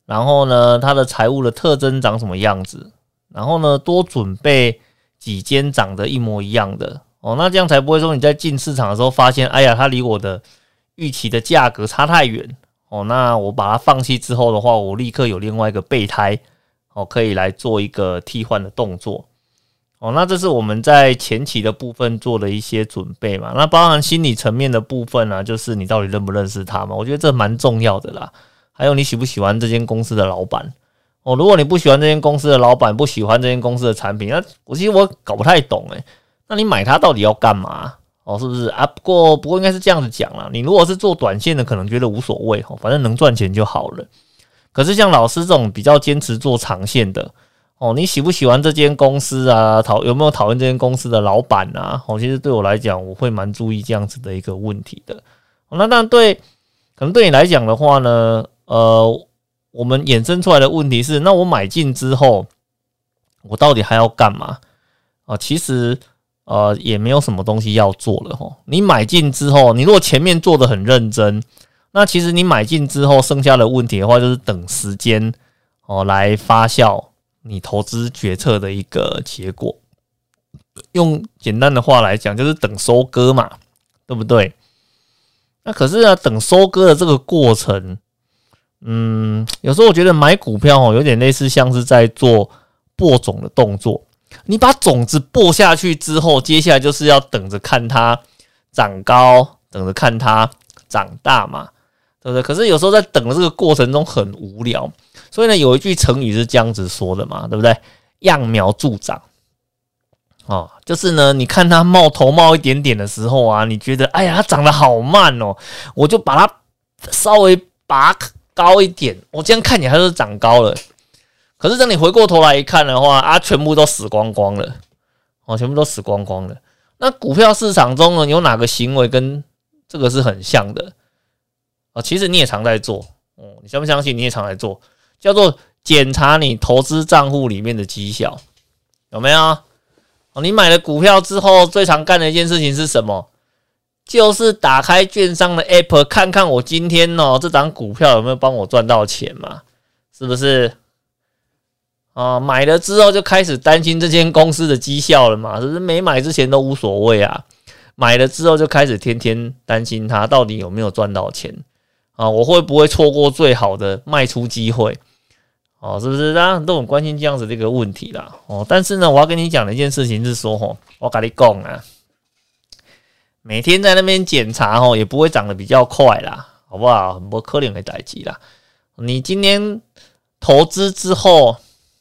然后呢，它的财务的特征长什么样子，然后呢，多准备几间长得一模一样的哦，那这样才不会说你在进市场的时候发现，哎呀，它离我的预期的价格差太远哦，那我把它放弃之后的话，我立刻有另外一个备胎哦，可以来做一个替换的动作哦。那这是我们在前期的部分做的一些准备嘛。那包含心理层面的部分啊，就是你到底认不认识他嘛？我觉得这蛮重要的啦。还有你喜不喜欢这间公司的老板哦？如果你不喜欢这间公司的老板，不喜欢这间公司的产品，那其实我搞不太懂那你买它到底要干嘛？哦，是不是啊？不过应该是这样子讲啦。你如果是做短线的，可能觉得无所谓反正能赚钱就好了。可是像老师这种比较坚持做长线的哦，你喜不喜欢这间公司啊？有没有讨厌这间公司的老板啊？其实对我来讲，我会蛮注意这样子的一个问题的。那当然可能对你来讲的话呢，我们衍生出来的问题是，那我买进之后，我到底还要干嘛其实也没有什么东西要做了你买进之后，你如果前面做得很认真，那其实你买进之后剩下的问题的话，就是等时间来发酵你投资决策的一个结果。用简单的话来讲，就是等收割嘛，对不对？那可是呢，等收割的这个过程，有时候我觉得买股票有点类似像是在做播种的动作。你把种子播下去之后，接下来就是要等着看它长高，等着看它长大嘛，对不对？可是有时候在等的这个过程中很无聊，所以呢，有一句成语是这样子说的嘛，对不对？揠苗助长。就是呢，你看它头冒一点点的时候啊，你觉得哎呀，它长得好慢我就把它稍微拔高一点，我这样看起来它就长高了。可是等你回过头来一看的话全部都死光光了全部都死光光了。那股票市场中呢，有哪个行为跟这个是很像的其实你也常在做你相不相信？你也常在做，叫做检查你投资账户里面的绩效，有没有？你买了股票之后，最常干的一件事情是什么？就是打开券商的 App 看看我今天这档股票有没有帮我赚到钱嘛？是不是？买了之后就开始担心这间公司的绩效了嘛？是不是？没买之前都无所谓啊，买了之后就开始天天担心它到底有没有赚到钱我会不会错过最好的卖出机会？是不是？大家都很关心这样子的一个问题啦但是呢，我要跟你讲的一件事情是说我跟你讲每天在那边检查也不会长得比较快啦，好不好？没可能的代志啦。你今天投资之后，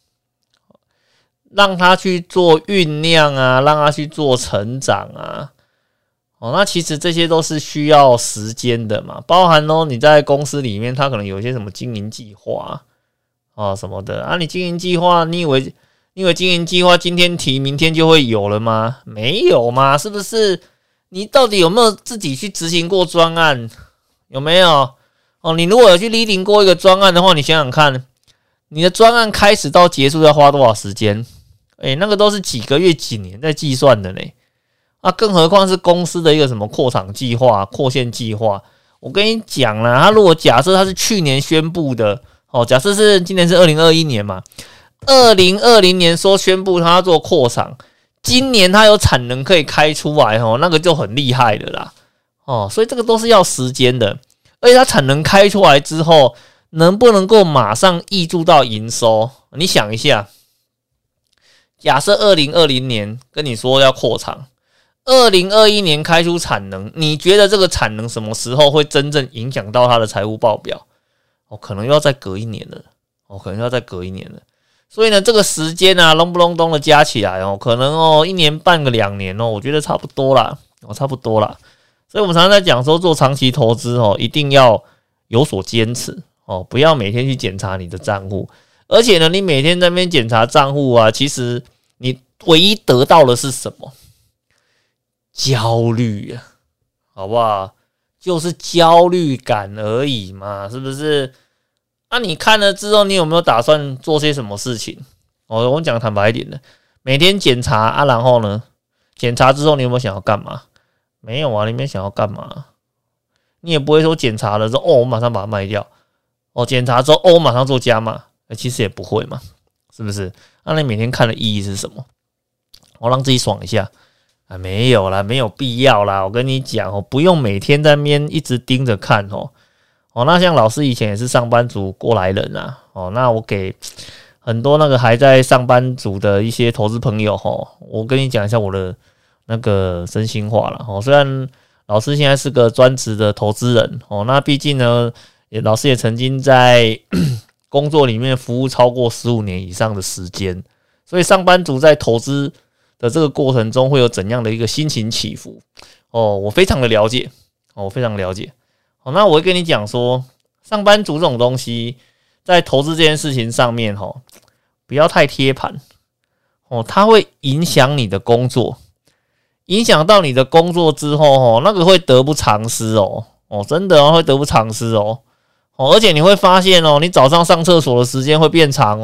让它去做酝酿让它去做成长那其实这些都是需要时间的嘛，包含你在公司里面，它可能有一些什么经营计划什么的你经营计划，你以为经营计划今天提明天就会有了吗？没有嘛，是不是？你到底有没有自己去执行过专案？有没有你如果有去 leading 过一个专案的话，你想想看，你的专案开始到结束要花多少时间？那个都是几个月几年在计算的呢更何况是公司的一个什么扩厂计划、扩线计划。我跟你讲啦，他如果假设他是去年宣布的假设是今年是2021年嘛，2020年说宣布他要做扩厂，今年他有产能可以开出来那个就很厉害的啦所以这个都是要时间的，而且他产能开出来之后，能不能够马上挹注到营收？你想一下，假设2020年跟你说要扩厂，2021年开出产能，你觉得这个产能什么时候会真正影响到他的财务报表？可能又要再隔一年了所以呢，这个时间隆不隆咚的加起来可能1年半个2年我觉得差不多啦差不多啦。所以我们常常在讲说，做长期投资一定要有所坚持不要每天去检查你的账户，而且呢，你每天在那边检查账户其实你唯一得到的是什么？焦虑好不好？就是焦虑感而已嘛，是不是？你看了之后，你有没有打算做些什么事情？我讲坦白一点的，每天检查然后呢，检查之后你有没有想要干嘛？没有你没想要干嘛？你也不会说检查了之后我马上把它卖掉检查之后马上做加码，其实也不会嘛，是不是？那你每天看的意义是什么？让自己爽一下啊？没有啦，没有必要啦。我跟你讲不用每天在那边一直盯着看那像老师以前也是上班族过来人啊那我给很多那个还在上班族的一些投资朋友我跟你讲一下我的那个真心话啦虽然老师现在是个专职的投资人那毕竟呢，老师也曾经在工作里面服务超过15年以上的时间，所以上班族在投资的这个过程中会有怎样的一个心情起伏我非常的了解我非常了解那我会跟你讲说，上班族这种东西在投资这件事情上面不要太贴盘它会影响你的工作，影响到你的工作之后那个会得不偿失真的会得不偿失而且你会发现你早上上厕所的时间会变长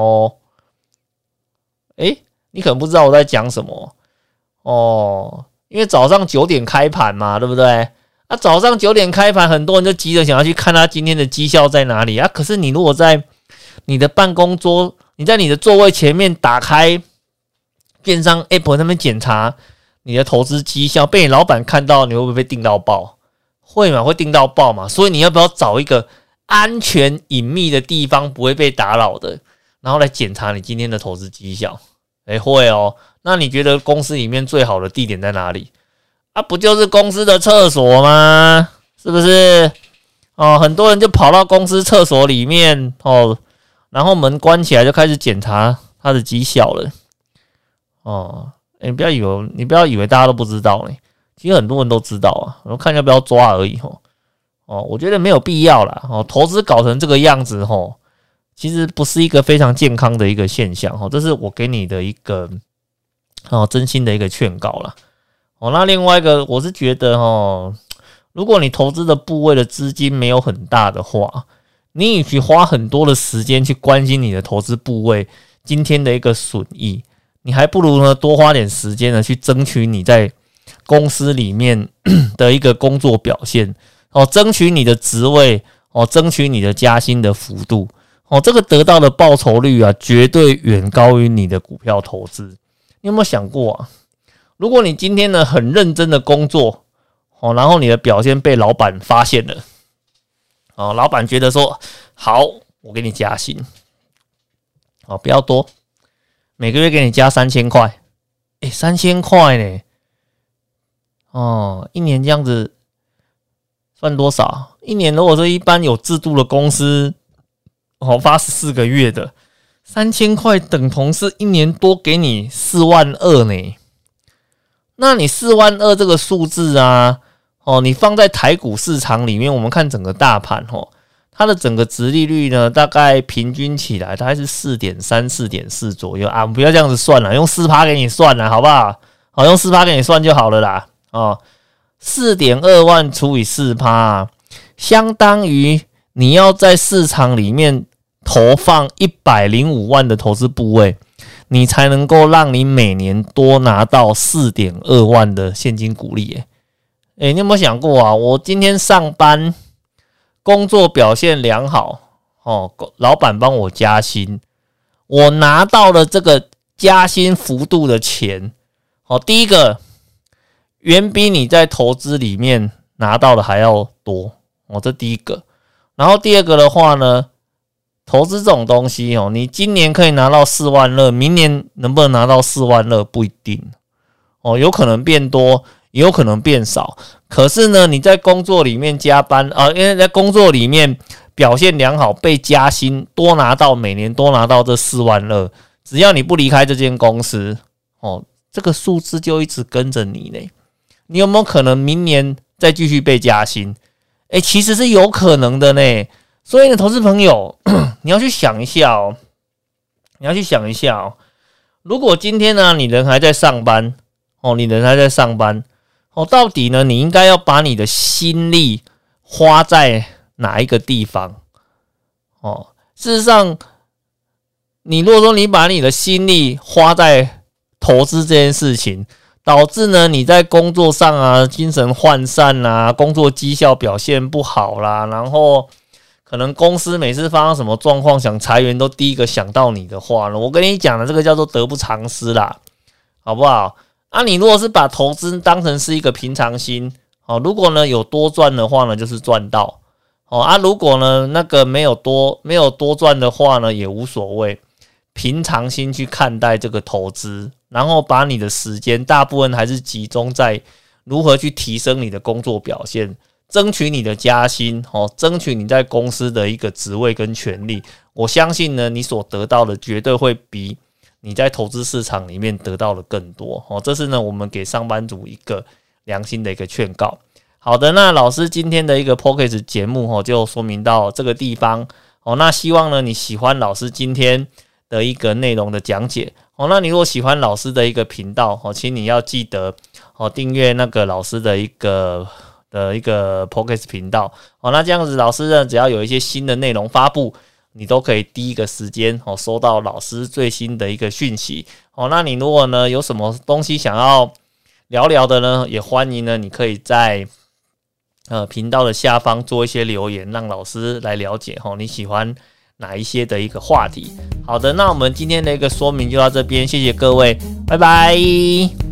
你可能不知道我在讲什么因为早上9点开盘嘛，对不对？早上9点开盘，很多人就急着想要去看他今天的绩效在哪里可是你如果在你的办公桌，你在你的座位前面打开电商 App 那边检查你的投资绩效，被你老板看到，你会不会被订到爆？会嘛，会订到爆嘛。所以你要不要找一个安全隐秘的地方，不会被打扰的，然后来检查你今天的投资绩效？会那你觉得公司里面最好的地点在哪里？不就是公司的厕所吗？是不是？很多人就跑到公司厕所里面然后门关起来就开始检查他的绩效了你不要以为大家都不知道其实很多人都知道我看要不要抓而已我觉得没有必要啦投资搞成这个样子其实不是一个非常健康的一个现象这是我给你的一个真心的一个劝告啦那另外一个我是觉得如果你投资的部位的资金没有很大的话，你与其花很多的时间去关心你的投资部位今天的一个损益，你还不如呢多花点时间呢去争取你在公司里面的一个工作表现争取你的职位争取你的加薪的幅度这个得到的报酬率绝对远高于你的股票投资。你有没有想过如果你今天呢很认真的工作然后你的表现被老板发现了老板觉得说好，我给你加薪不要多，每个月给你加3000块3000块呢一年这样子算多少？一年如果说一般有制度的公司发14个月的3000块，等同是一年多给你42000呢。那你42000这个数字你放在台股市场里面，我们看整个大盘它的整个殖利率呢，大概平均起来大概是 4.3 4.4 左右我们不要这样子算了，用 4% 给你算了好不好？用 4% 给你算就好了啦4.2万除以 4%相当于你要在市场里面投放105万的投资部位，你才能够让你每年多拿到 4.2 万的现金股利你有没有想过我今天上班工作表现良好老板帮我加薪，我拿到了这个加薪幅度的钱第一个远比你在投资里面拿到的还要多这第一个。然后第二个的话呢，投资这种东西你今年可以拿到42000，明年能不能拿到42000不一定有可能变多，也有可能变少。可是呢，你在工作里面加班因为在工作里面表现良好，被加薪，多拿到每年多拿到这42000，只要你不离开这间公司这个数字就一直跟着你呢。你有没有可能明年再继续被加薪？其实是有可能的呢。所以呢，投资朋友你要去想一下如果今天呢你人还在上班到底呢你应该要把你的心力花在哪一个地方事实上你如果说你把你的心力花在投资这件事情，导致呢你在工作上精神涣散工作绩效表现不好啦，然后可能公司每次发生什么状况想裁员都第一个想到你的话呢，我跟你讲的这个叫做得不偿失啦，好不好？你如果是把投资当成是一个平常心，如果呢有多赚的话呢，就是赚到。如果呢那个没有多赚的话呢，也无所谓，平常心去看待这个投资，然后把你的时间大部分还是集中在如何去提升你的工作表现，争取你的加薪，争取你在公司的一个职位跟权利。我相信呢，你所得到的绝对会比你在投资市场里面得到的更多。这是呢我们给上班族一个良心的一个劝告。好的，那老师今天的一个 Podcast 节目就说明到这个地方。那希望呢你喜欢老师今天的一个内容的讲解。那你如果喜欢老师的一个频道，请你要记得订阅那个老师的一个 Podcast 频道。那这样子老师呢只要有一些新的内容发布，你都可以第一个时间收到老师最新的一个讯息。那你如果呢有什么东西想要聊聊的呢，也欢迎呢你可以在频道的下方做一些留言，让老师来了解你喜欢哪一些的一个话题。好的，那我们今天的一个说明就到这边，谢谢各位，拜拜。